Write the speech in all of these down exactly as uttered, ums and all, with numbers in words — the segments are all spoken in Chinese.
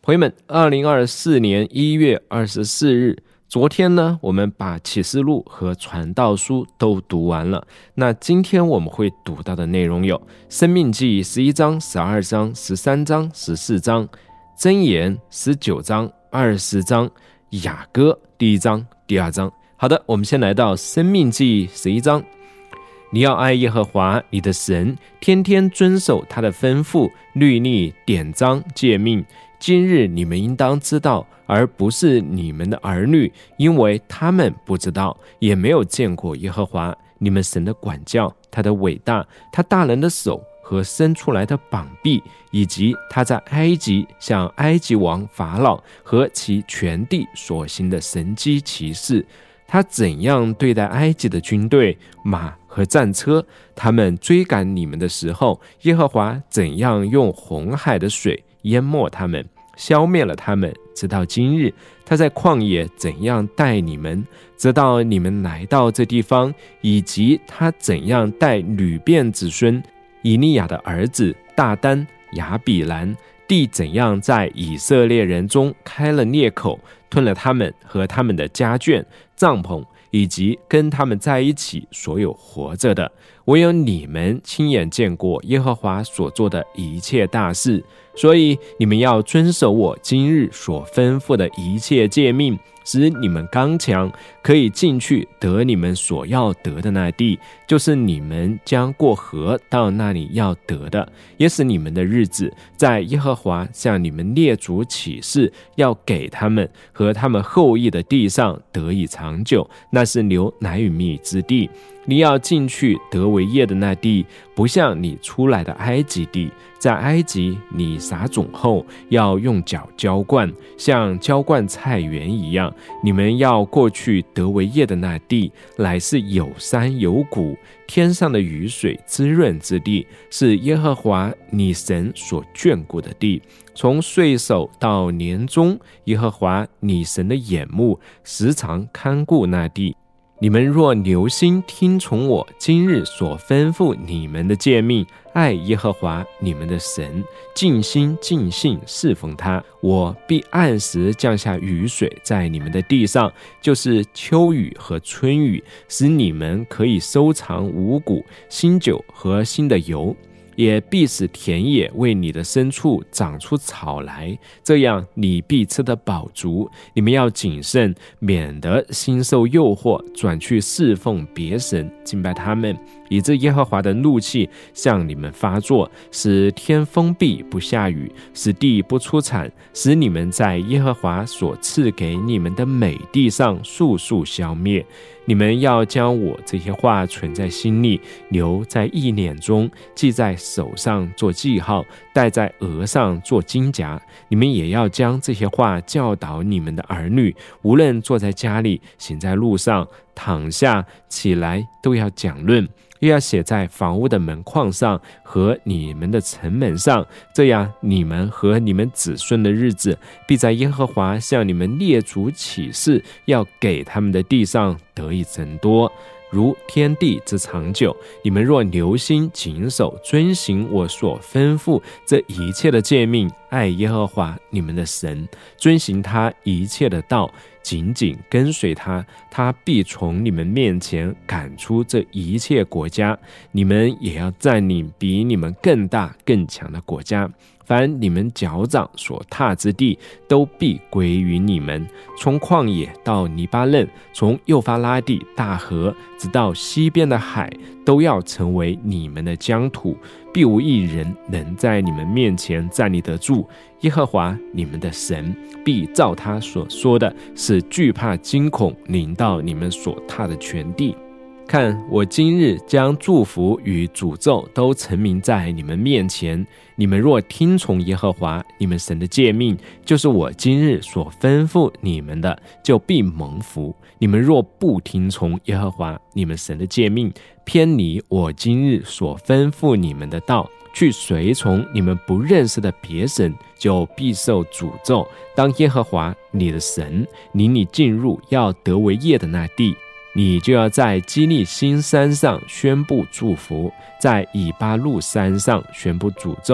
朋友们，二零二四年一月二十四日，昨天呢，我们把启示录和传道书都读完了。那今天我们会读到的内容有申命记十一章、十二章、十三章、十四章，箴言十九章、二十章，雅歌第一章、第二章。好的，我们先来到申命记十一章。你要爱耶和华你的神，天天遵守他的吩咐、律例、典章、诫命。今日你们应当知道，而不是你们的儿女，因为他们不知道，也没有见过耶和华你们神的管教，他的伟大，他大能的手和伸出来的膀臂，以及他在埃及向埃及王法老和其全地所行的神迹奇事。他怎样对待埃及的军队、马和战车，他们追赶你们的时候，耶和华怎样用红海的水淹没他们，消灭了他们，直到今日。他在旷野怎样带你们，直到你们来到这地方，以及他怎样带吕遍子孙以利亚的儿子大丹、亚比兰，地怎样在以色列人中开了裂口，吞了他们和他们的家眷、帐篷，以及跟他们在一起所有活着的。唯有你们亲眼见过耶和华所做的一切大事，所以你们要遵守我今日所吩咐的一切诫命，使你们刚强，可以进去得你们所要得的那地，就是你们将过河到那里要得的，也使你们的日子在耶和华向你们列祖起誓要给他们和他们后裔的地上得以长久，那是流奶与蜜之地。你要进去得为业的那地，不像你出来的埃及地。在埃及你撒种后，要用脚浇灌，像浇灌菜园一样。你们要过去得为业的那地，乃是有山有谷，天上的雨水滋润之地，是耶和华你神所眷顾的地。从岁首到年终，耶和华你神的眼目时常看顾那地。你们若留心听从我今日所吩咐你们的诫命，爱耶和华你们的神，尽心尽性侍奉他，我必按时降下雨水在你们的地上，就是秋雨和春雨，使你们可以收藏五谷、新酒和新的油，也必使田野为你的牲畜长出草来，这样你必吃得饱足。你们要谨慎，免得心受诱惑，转去侍奉别神，敬拜他们，以致耶和华的怒气向你们发作，使天封闭不下雨，使地不出产，使你们在耶和华所赐给你们的美地上速速消灭。你们要将我这些话存在心里，留在意念中，记在手上做记号，戴在额上做金甲。你们也要将这些话教导你们的儿女，无论坐在家里、行在路上、躺下、起来，都要讲论，又要写在房屋的门框上和你们的城门上，这样你们和你们子孙的日子，必在耶和华向你们列祖起誓要给他们的地上得以增多，如天地之长久。你们若留心谨守，遵行我所吩咐这一切的诫命，爱耶和华你们的神，遵行他一切的道，紧紧跟随他，他必从你们面前赶出这一切国家，你们也要占领比你们更大更强的国家。凡你们脚掌所踏之地，都必归于你们，从旷野到黎巴嫩，从幼发拉底大河直到西边的海，都要成为你们的疆土，必无一人能在你们面前站立得住。耶和华你们的神必照他所说的，使惧怕惊恐临到你们所踏的全地。看，我今日将祝福与诅咒都陈明在你们面前。你们若听从耶和华你们神的诫命，就是我今日所吩咐你们的，就必蒙福。你们若不听从耶和华你们神的诫命，偏离我今日所吩咐你们的道，去随从你们不认识的别神，就必受诅咒。当耶和华你的神领你进入要得为业的那地，你就要在基利新山上宣布祝福，在以巴路山上宣布诅咒。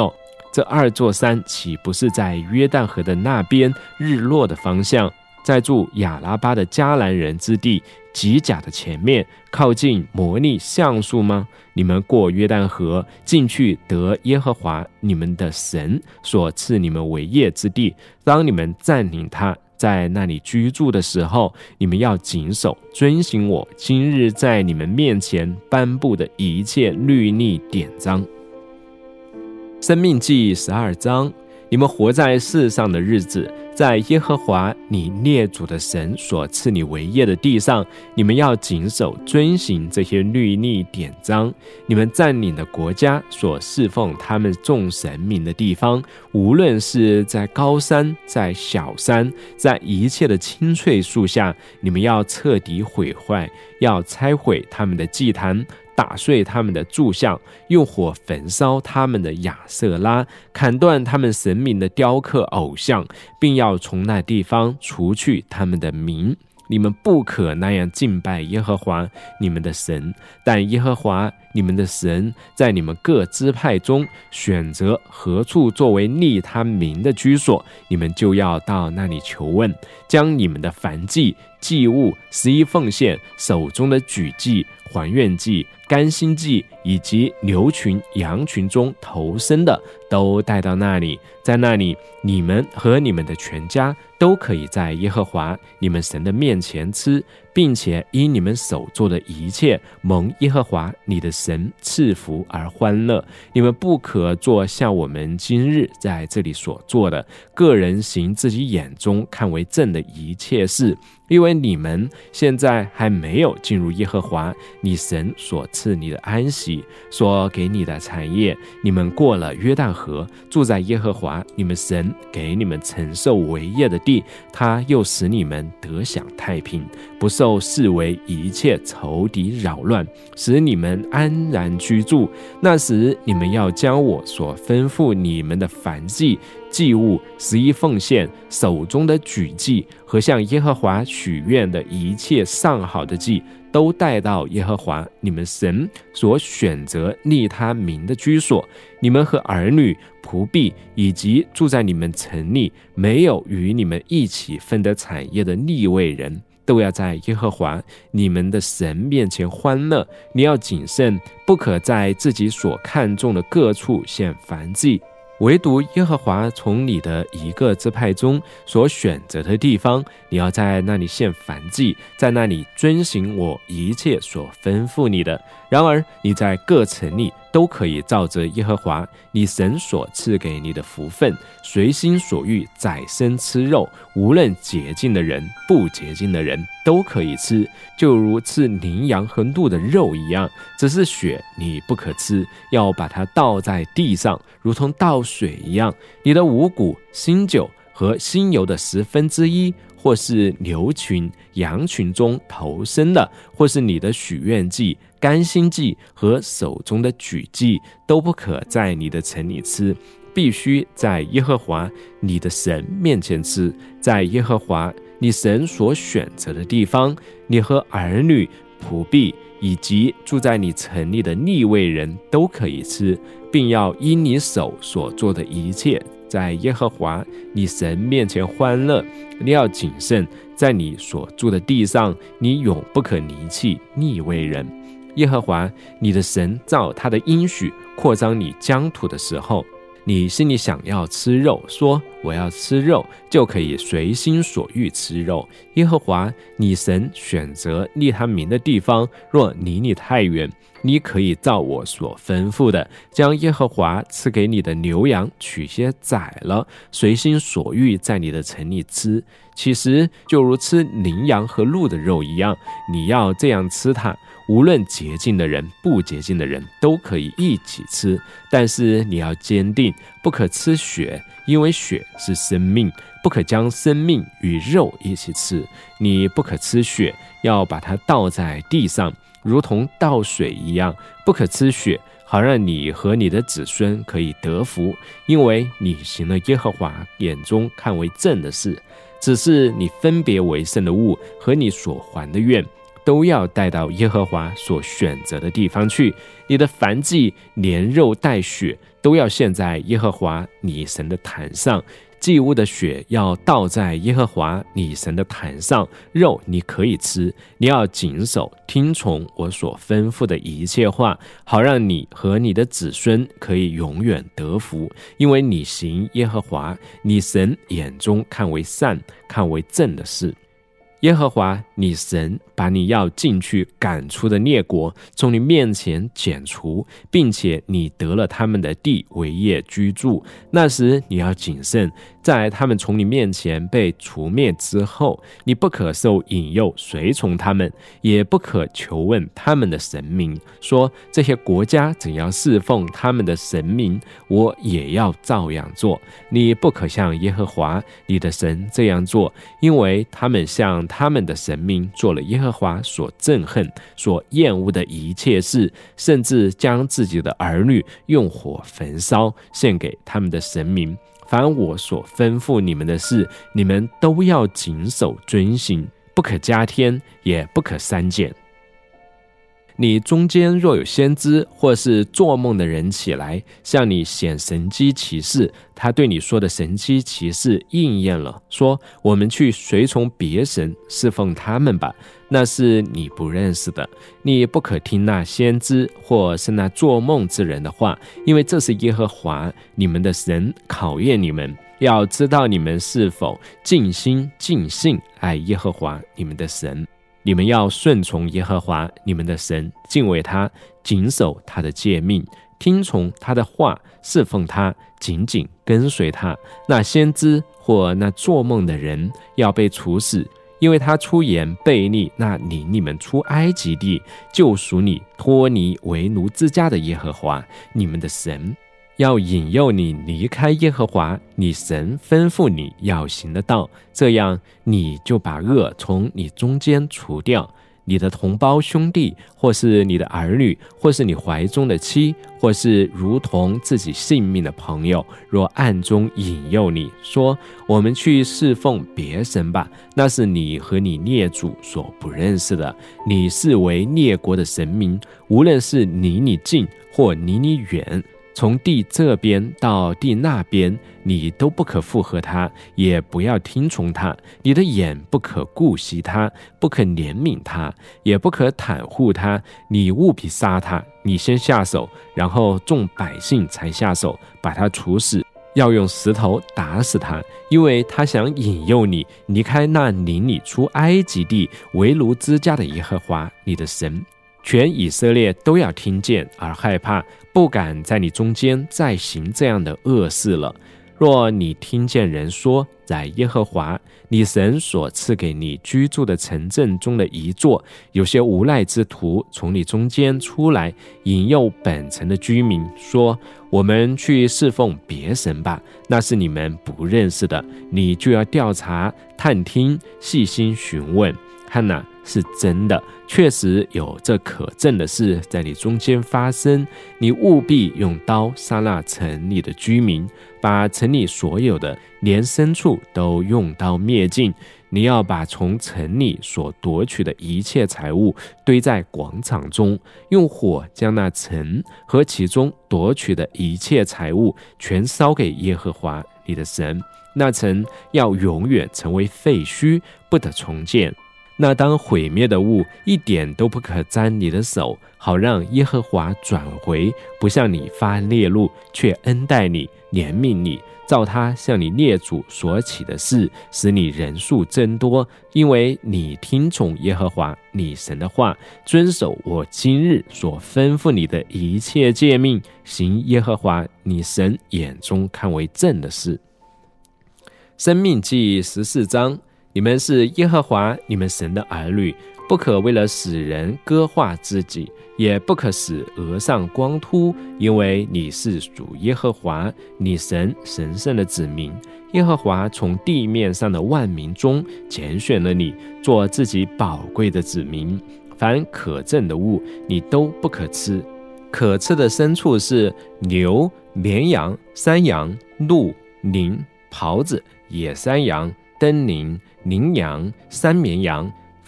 这二座山岂不是在约旦河的那边日落的方向，在住亚拉巴的迦南人之地吉甲的前面，靠近摩利橡树吗？你们过约旦河进去得耶和华你们的神所赐你们为业之地，当你们占领它，在那里居住的时候，你们要谨守遵行我今日在你们面前颁布的一切律例典章。申命记十二章，你们活在世上的日子，在耶和华你列祖的神所赐你为业的地上，你们要谨守遵行这些律例典章。你们占领的国家所侍奉他们众神明的地方，无论是在高山，在小山，在一切的青翠树下，你们要彻底毁坏，要拆毁他们的祭坛，打碎他们的柱像，用火焚烧他们的亚舍拉，砍断他们神明的雕刻偶像，并要从那地方除去他们的名。你们不可那样敬拜耶和华你们的神，但耶和华你们的神在你们各支派中选择何处作为立他名的居所，你们就要到那里求问，将你们的燔祭、祭物、十一奉献、手中的举祭、还愿祭、甘心祭以及牛群、羊群中头生的都带到那里，在那里你们和你们的全家都可以在耶和华你们神的面前吃，并且因你们所做的一切蒙耶和华你的神赐福而欢乐。你们不可做像我们今日在这里所做的，个人行自己眼中看为正的一切事，因为你们现在还没有进入耶和华你神所赐你的安息，所给你的产业。你们过了约旦河，住在耶和华你们神给你们承受为业的地，他又使你们得享太平，不受视为一切仇敌扰乱，使你们安然居住。那时你们要将我所吩咐你们的燔祭、祭物、十一奉献、手中的举祭和向耶和华许愿的一切上好的祭，都带到耶和华你们神所选择立他名的居所。你们和儿女、仆婢以及住在你们城里没有与你们一起分得产业的利未人，都要在耶和华你们的神面前欢乐。你要谨慎，不可在自己所看中的各处献燔祭，唯独耶和华从你的一个支派中所选择的地方，你要在那里献燔祭，在那里遵行我一切所吩咐你的。然而你在各城里都可以照着耶和华你神所赐给你的福分，随心所欲宰生吃肉，无论洁净的人不洁净的人都可以吃，就如吃羚羊和鹿的肉一样，只是血你不可吃，要把它倒在地上，如同倒水一样。你的五谷、新酒和新油的十分之一，或是牛群、羊群中头生的，或是你的许愿祭、甘心祭和手中的举祭，都不可在你的城里吃，必须在耶和华你的神面前吃。在耶和华你神所选择的地方，你和儿女、仆婢以及住在你城里的利未人都可以吃，并要因你手所做的一切在耶和华你神面前欢乐。你要谨慎，在你所住的地上，你永不可离弃利未人。耶和华你的神照他的应许扩张你疆土的时候，你心里想要吃肉，说我要吃肉，就可以随心所欲吃肉。耶和华你神选择立他名的地方，若离你太远，你可以照我所吩咐的，将耶和华赐给你的牛羊取些宰了，随心所欲在你的城里吃。其实就如吃羚羊和鹿的肉一样，你要这样吃它，无论洁净的人不洁净的人都可以一起吃。但是你要坚定，不可吃血，因为血是生命，不可将生命与肉一起吃。你不可吃血，要把它倒在地上，如同倒水一样。不可吃血，好让你和你的子孙可以得福，因为你行了耶和华眼中看为正的事。只是你分别为圣的物和你所还的愿， 都要带到耶和华所选择的地方去。你的燔祭连肉带血都要献在耶和华你神的坛上，祭物的血要倒在耶和华你神的坛上，肉你可以吃。你要谨守听从我所吩咐的一切话，好让你和你的子孙可以永远得福，因为你行耶和华你神眼中看为善看为正的事。耶和华你神把你要进去赶出的列国从你面前剪除，并且你得了他们的地为业居住。那时你要谨慎，在他们从你面前被除灭之后，你不可受引诱随从他们，也不可求问他们的神明，说这些国家怎样侍奉他们的神明，我也要照样做。你不可像耶和华你的神这样做，因为他们向他们的神明做了耶和华所憎恨所厌恶的一切事，甚至将自己的儿女用火焚烧献给他们的神明。凡我所吩咐你们的事，你们都要谨守遵行，不可加添，也不可删减。你中间若有先知或是做梦的人起来，向你显神迹奇事，他对你说的神迹奇事应验了，说我们去随从别神侍奉他们吧，那是你不认识的。你不可听那先知或是那做梦之人的话，因为这是耶和华你们的神考验你们，要知道你们是否尽心尽性爱耶和华你们的神。你们要顺从耶和华你们的神，敬畏他，谨守他的诫命，听从他的话，侍奉他，紧紧跟随他。那先知或那做梦的人要被处死，因为他出言悖逆那领你们出埃及地救赎你脱你为奴之家的耶和华你们的神，要引诱你离开耶和华你神吩咐你要行的道，这样你就把恶从你中间除掉。你的同胞兄弟，或是你的儿女，或是你怀中的妻，或是如同自己性命的朋友，若暗中引诱你说我们去侍奉别神吧，那是你和你列祖所不认识的，你视为列国的神明，无论是离你近或离你远，从地这边到地那边，你都不可附和他，也不要听从他。你的眼不可顾惜他，不可怜悯他，也不可袒护他。你务必杀他，你先下手，然后众百姓才下手，把他处死。要用石头打死他，因为他想引诱你离开那领你出埃及地为奴之家的耶和华你的神。全以色列都要听见而害怕，不敢在你中间再行这样的恶事了。若你听见人说，在耶和华你神所赐给你居住的城镇中的一座，有些无赖之徒从你中间出来，引诱本城的居民，说我们去侍奉别神吧，那是你们不认识的，你就要调查探听，细心询问，看哪，是真的，确实有这可证的事在你中间发生。你务必用刀杀那城里的居民，把城里所有的连牲畜都用刀灭尽。你要把从城里所夺取的一切财物堆在广场中，用火将那城和其中夺取的一切财物全烧给耶和华你的神。那城要永远成为废墟，不得重建。那当毁灭的物一点都不可沾你的手，好让耶和华转回，不向你发烈怒，却恩待你，怜悯你，照他向你列祖所起的事，使你人数增多，因为你听从耶和华你神的话，遵守我今日所吩咐你的一切诫命，行耶和华你神眼中看为正的事。申命记十四章，你们是耶和华你们神的儿女，不可为了使人割化自己，也不可使额上光秃，因为你是属耶和华你神神圣的子民。耶和华从地面上的万民中拣选了你，做自己宝贵的子民。凡可憎的物，你都不可吃。可吃的牲畜是牛、绵羊、山羊、鹿、羚、狍子、野山羊、灯羚、羚羊、山绵羊。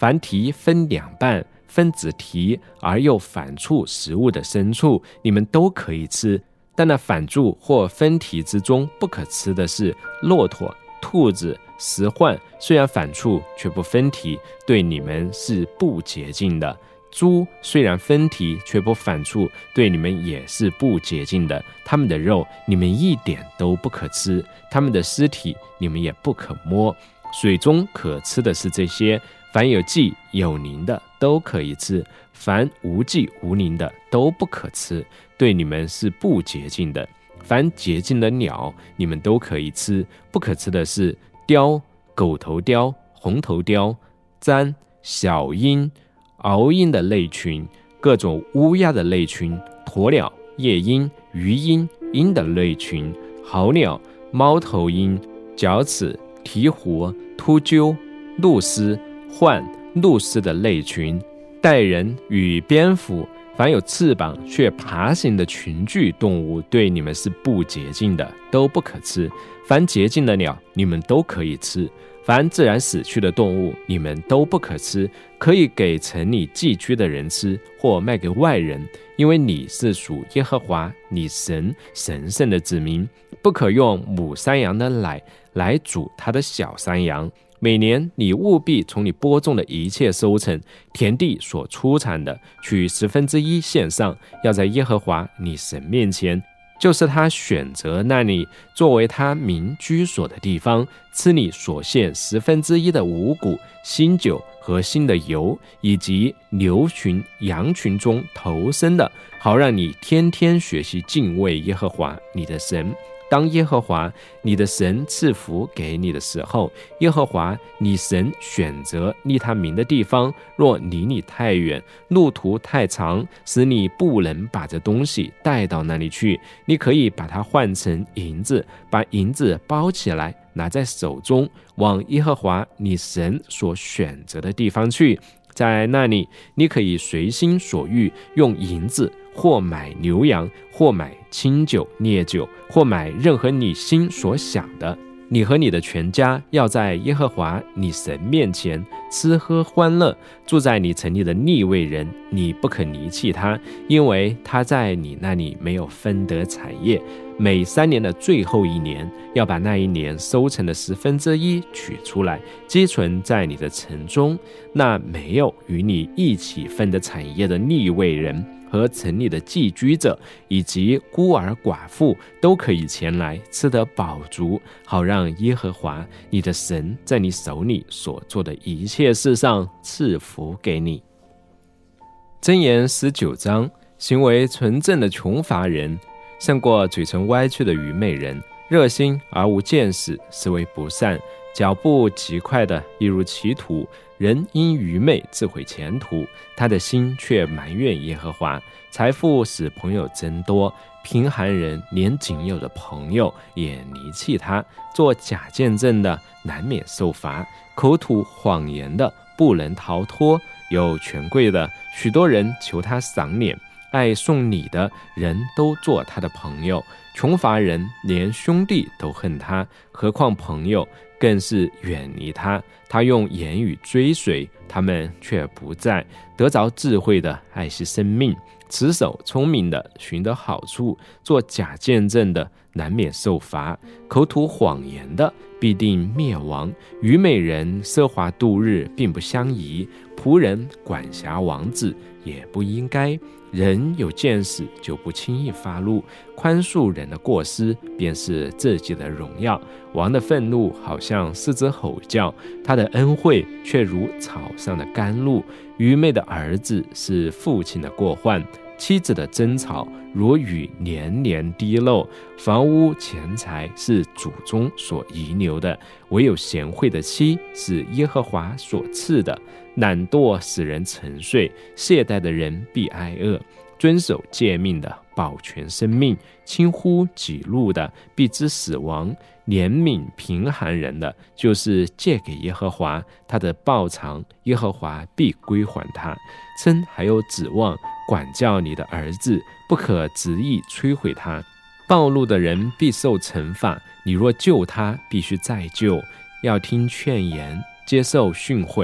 凡蹄分两半，分子蹄而又反触食物的牲畜，你们都可以吃。但那反柱或分蹄之中不可吃的是骆驼、兔子、石獾，虽然反触却不分蹄，对你们是不洁净的。猪虽然分蹄却不反触，对你们也是不洁净的。他们的肉你们一点都不可吃，他们的尸体你们也不可摸。水中可吃的是这些，凡有纪有宁的都可以吃，凡无纪无宁的都不可吃，对你们是不洁净的。凡洁净的鸟你们都可以吃，不可吃的是雕、狗头雕、红头雕、簪、小鹰、鳌鹰的类群，各种乌鸦的类群，鸵鸟、夜鹰、鱼鹰、鹰的类群，好鸟、猫头鹰、角齿、鹈鹕、秃鹫、鹭鸶、獾、鹭鸶的类群，带人与蝙蝠，凡有翅膀却爬行的群居动物，对你们是不洁净的，都不可吃。凡洁净的鸟你们都可以吃，凡自然死去的动物你们都不可吃，可以给城里寄居的人吃，或卖给外人，因为你是属耶和华你神神圣的子民。不可用母山羊的奶来煮他的小山羊。每年你务必从你播种的一切收成，田地所出产的，取十分之一献上，要在耶和华你神面前，就是他选择那里作为他民居所的地方，吃你所献十分之一的五谷、新酒和新的油，以及牛群、羊群中头生的，好让你天天学习敬畏耶和华你的神。当耶和华你的神赐福给你的时候，耶和华你神选择立他名的地方，若离你太远，路途太长，使你不能把这东西带到那里去，你可以把它换成银子，把银子包起来，拿在手中，往耶和华你神所选择的地方去。在那里你可以随心所欲，用银子或买牛羊，或买清酒烈酒，或买任何你心所想的。你和你的全家要在耶和华你神面前吃喝欢乐。住在你城里的利未人，你不可离弃他，因为他在你那里没有分得产业。每三年的最后一年，要把那一年收成的十分之一取出来，积存在你的城中。那没有与你一起分得产业的利未人和城里的寄居者，以及孤儿寡妇，都可以前来吃得饱足，好让耶和华你的神在你手里所做的一切事上赐福给你。箴言十九章，行为纯正的穷乏人胜过嘴唇歪曲的愚昧人。热心而无见识，是为不善；脚步极快的，一如歧途。人因愚昧自毁前途，他的心却埋怨耶和华。财富使朋友增多，贫寒人连仅有的朋友也离弃他。做假见证的难免受罚，口吐谎言的不能逃脱。有权贵的，许多人求他赏脸，爱送礼的人都做他的朋友。穷乏人连兄弟都恨他，何况朋友，更是远离他。他用言语追随，他们却不在。得着智慧的爱惜生命，持守聪明的寻得好处。做假见证的难免受罚，口吐谎言的必定灭亡。愚昧人奢华度日，并不相宜；仆人管辖王子，也不应该。人有见识，就不轻易发怒，宽恕人的过失，便是自己的荣耀。王的愤怒好像狮子吼叫，他的恩惠却如草上的甘露。愚昧的儿子是父亲的过患，妻子的争吵如雨连连滴漏。房屋钱财是祖宗所遗留的，唯有贤惠的妻是耶和华所赐的。懒惰使人沉睡，懈怠的人必挨饿。遵守诫命的保全生命，轻忽己路的必知死亡。怜悯贫寒人的，就是借给耶和华，他的报偿耶和华必归还他。称还有指望，管教你的儿子，不可执意摧毁他。暴怒的人必受惩罚，你若救他，必须再救。要听劝言，接受训诲。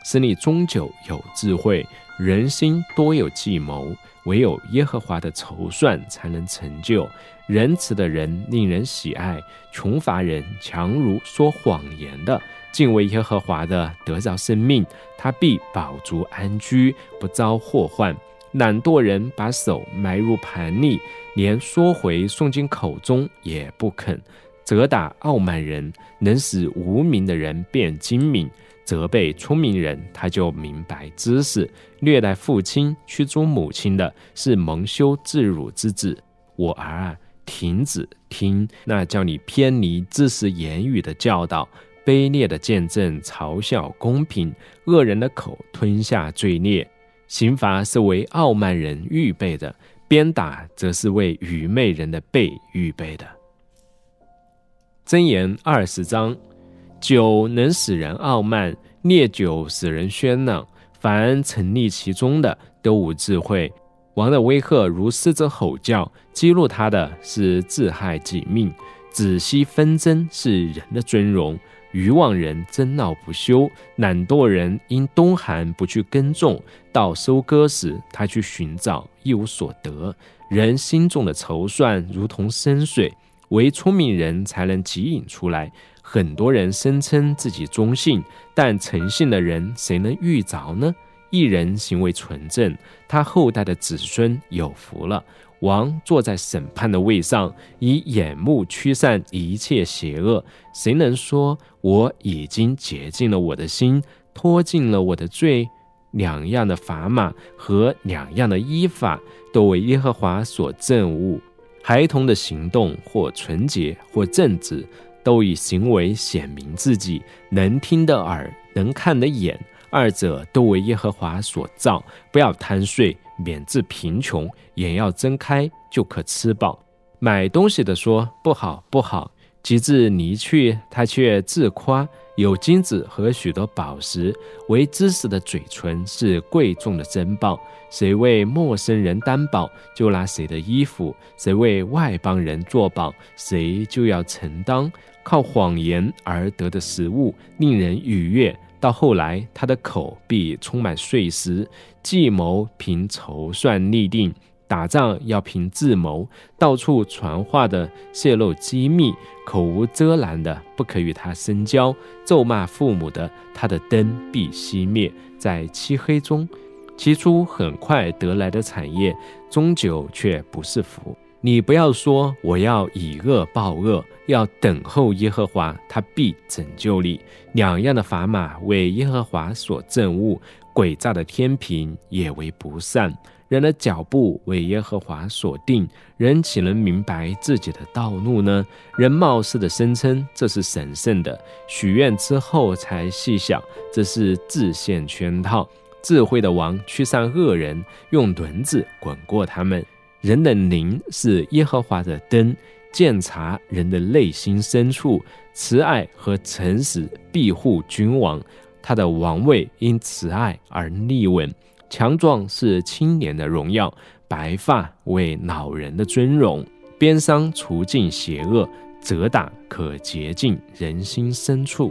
使你终究有智慧。人心多有计谋，唯有耶和华的筹算才能成就。仁慈的人令人喜爱，穷乏人强如说谎言的。敬畏耶和华的得着生命，他必饱足安居，不遭祸患。懒惰人把手埋入盘里，连缩回送进口中也不肯。责打傲慢人，能使无明的人变精明；责备聪明人，他就明白知识。虐待父亲、驱逐母亲的，是蒙羞自辱之子。我儿啊，停止听那叫你偏离知识言语的教导。卑劣的见证嘲笑公平，恶人的口吞下罪孽。刑罚是为傲慢人预备的，鞭打则是为愚昧人的背预备的。箴言二十章，酒能使人傲慢，烈酒使人喧嚷，凡沉溺其中的都无智慧。王的威吓如狮子吼叫，激怒他的是自害己命。仔细纷争是人的尊荣，愚妄人争闹不休。懒惰人因冬寒不去耕种，到收割时他去寻找，一无所得。人心中的筹算如同深水，唯聪明人才能汲引出来。很多人声称自己忠信，但诚信的人谁能遇着呢？一人行为纯正，他后代的子孙有福了。王坐在审判的位上，以眼目驱散一切邪恶。谁能说我已经洁净了我的心，脱尽了我的罪？两样的砝码和两样的依法，都为耶和华所憎恶。孩童的行动或纯洁或正直，都以行为显明自己。能听的耳，能看的眼，二者都为耶和华所造。不要贪睡，免致贫穷，眼要睁开，就可吃饱。买东西的说不好不好，及至离去，他却自夸，有金子和许多宝石。为知识的嘴唇是贵重的珍宝。谁为陌生人担保，就拿谁的衣服；谁为外邦人作保，谁就要承当。靠谎言而得的食物令人愉悦，到后来他的口必充满碎石。计谋凭筹算立定，打仗要凭智谋。到处传话的泄露机密，口无遮拦的不可与他深交。咒骂父母的，他的灯必熄灭。在漆黑中起初很快得来的产业，终究却不是福。你不要说我要以恶报恶，要等候耶和华，他必拯救你。两样的砝码为耶和华所憎恶，诡诈的天平也为不善。人的脚步为耶和华所定，人岂能明白自己的道路呢？人冒失的声称这是神圣的，许愿之后才细想，这是自陷圈套。智慧的王驱散恶人，用轮子滚过他们。人的灵是耶和华的灯，鉴察人的内心深处。慈爱和诚实庇护君王，他的王位因慈爱而立稳。强壮是青年的荣耀，白发为老人的尊荣。鞭伤除尽邪恶，责打可洁净人心深处。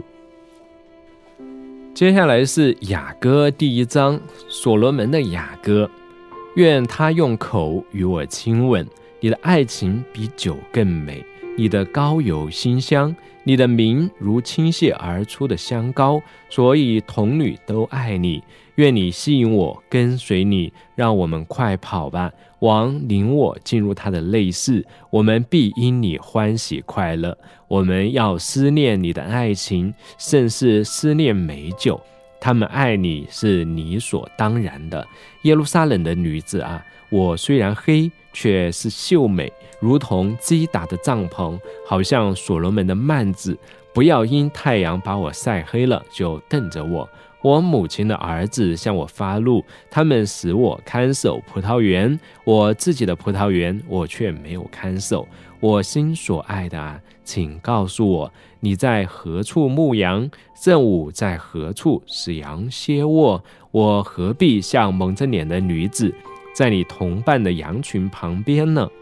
接下来是雅歌第一章，所罗门的雅歌。愿他用口与我亲吻，你的爱情比酒更美，你的膏油馨香，你的名如倾泻而出的香膏，所以童女都爱你。愿你吸引我跟随你，让我们快跑吧。王领我进入他的内室，我们必因你欢喜快乐。我们要思念你的爱情，甚是思念美酒。他们爱你是理所当然的。耶路撒冷的女子啊，我虽然黑，却是秀美，如同基达的帐篷，好像所罗门的幔子。不要因太阳把我晒黑了，就瞪着我。我母亲的儿子向我发怒，他们使我看守葡萄园，我自己的葡萄园我却没有看守。我心所爱的啊，请告诉我，你在何处牧羊？正午在何处使羊歇卧？我何必像蒙着脸的女子，在你同伴的羊群旁边呢？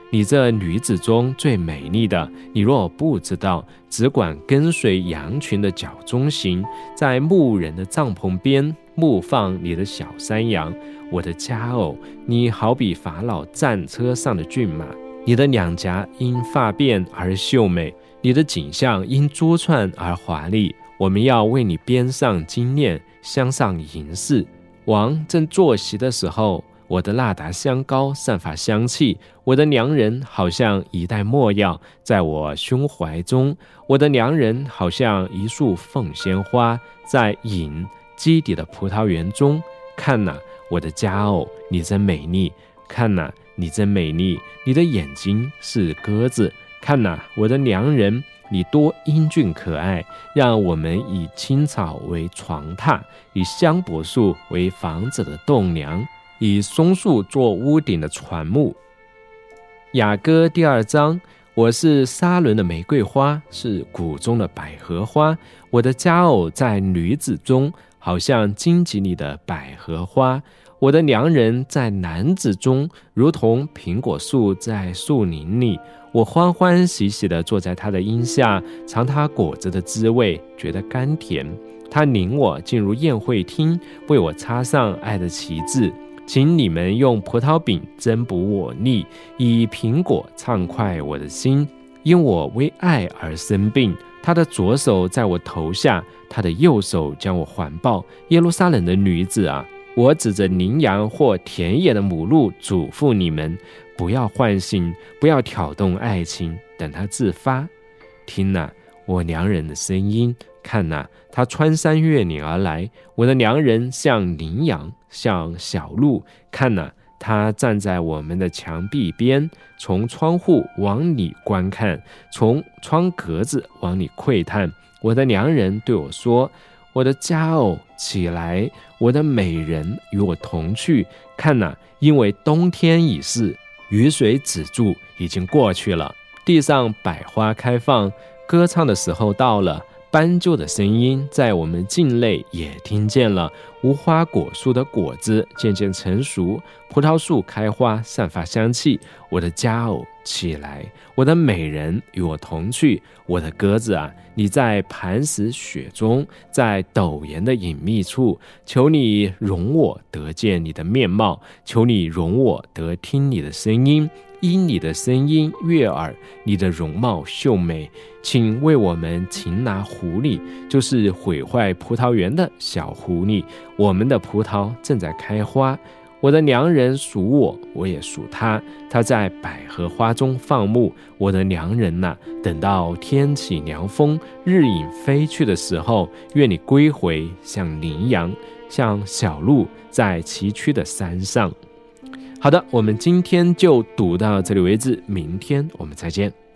你这女子中最美丽的，你若不知道，只管跟随羊群的脚中行，在牧人的帐篷边牧放你的小山羊。我的佳偶，你好比法老战车上的骏马，你的两颊因发辫而秀美，你的颈项因珠串而华丽。我们要为你编上金链，镶上银饰。王正坐席的时候，我的蜡达香膏散发香气，我的良人好像一袋没药在我胸怀中，我的良人好像一束凤仙花在隐基底的葡萄园中。看哪，我的佳偶，你真美丽！看哪，你真美丽！你的眼睛是鸽子。看哪，我的良人，你多英俊可爱！让我们以青草为床榻，以香柏树为房子的栋梁，以松树做屋顶的船木。雅歌第二章，我是沙伦的玫瑰花，是谷中的百合花。我的佳偶在女子中，好像荆棘里的百合花。我的良人在男子中，如同苹果树在树林里。我欢欢喜喜地坐在他的荫下，尝他果子的滋味，觉得甘甜。他领我进入宴会厅，为我插上爱的旗帜。请你们用葡萄饼增补我力，以苹果畅快我的心。因我为爱而生病，他的左手在我头下，他的右手将我环抱。耶路撒冷的女子啊，我指着羚羊或田野的母鹿嘱咐你们，不要唤醒，不要挑动爱情，等它自发。听哪，我良人的声音，看哪，他穿山越岭而来。我的良人像羚羊，像小鹿。看哪，他站在我们的墙壁边，从窗户往里观看，从窗格子往里窥探。我的良人对我说，我的佳偶，起来，我的美人，与我同去。看哪，因为冬天已逝，雨水止住，已经过去了。地上百花开放，歌唱的时候到了。斑鸠的声音在我们境内也听见了。无花果树的果子渐渐成熟，葡萄树开花，散发香气。我的佳偶，起来，我的美人，与我同去。我的鸽子啊，你在磐石雪中，在陡岩的隐秘处，求你容我得见你的面貌，求你容我得听你的声音。因你的声音悦耳，你的容貌秀美，请为我们擒拿狐狸，就是毁坏葡萄园的小狐狸。我们的葡萄正在开花，我的良人属我，我也属他。他在百合花中放牧。我的良人啊，等到天起凉风，日影飞去的时候，愿你归回，像羚羊，像小鹿，在崎岖的山上。好的，我们今天就读到这里为止，明天我们再见。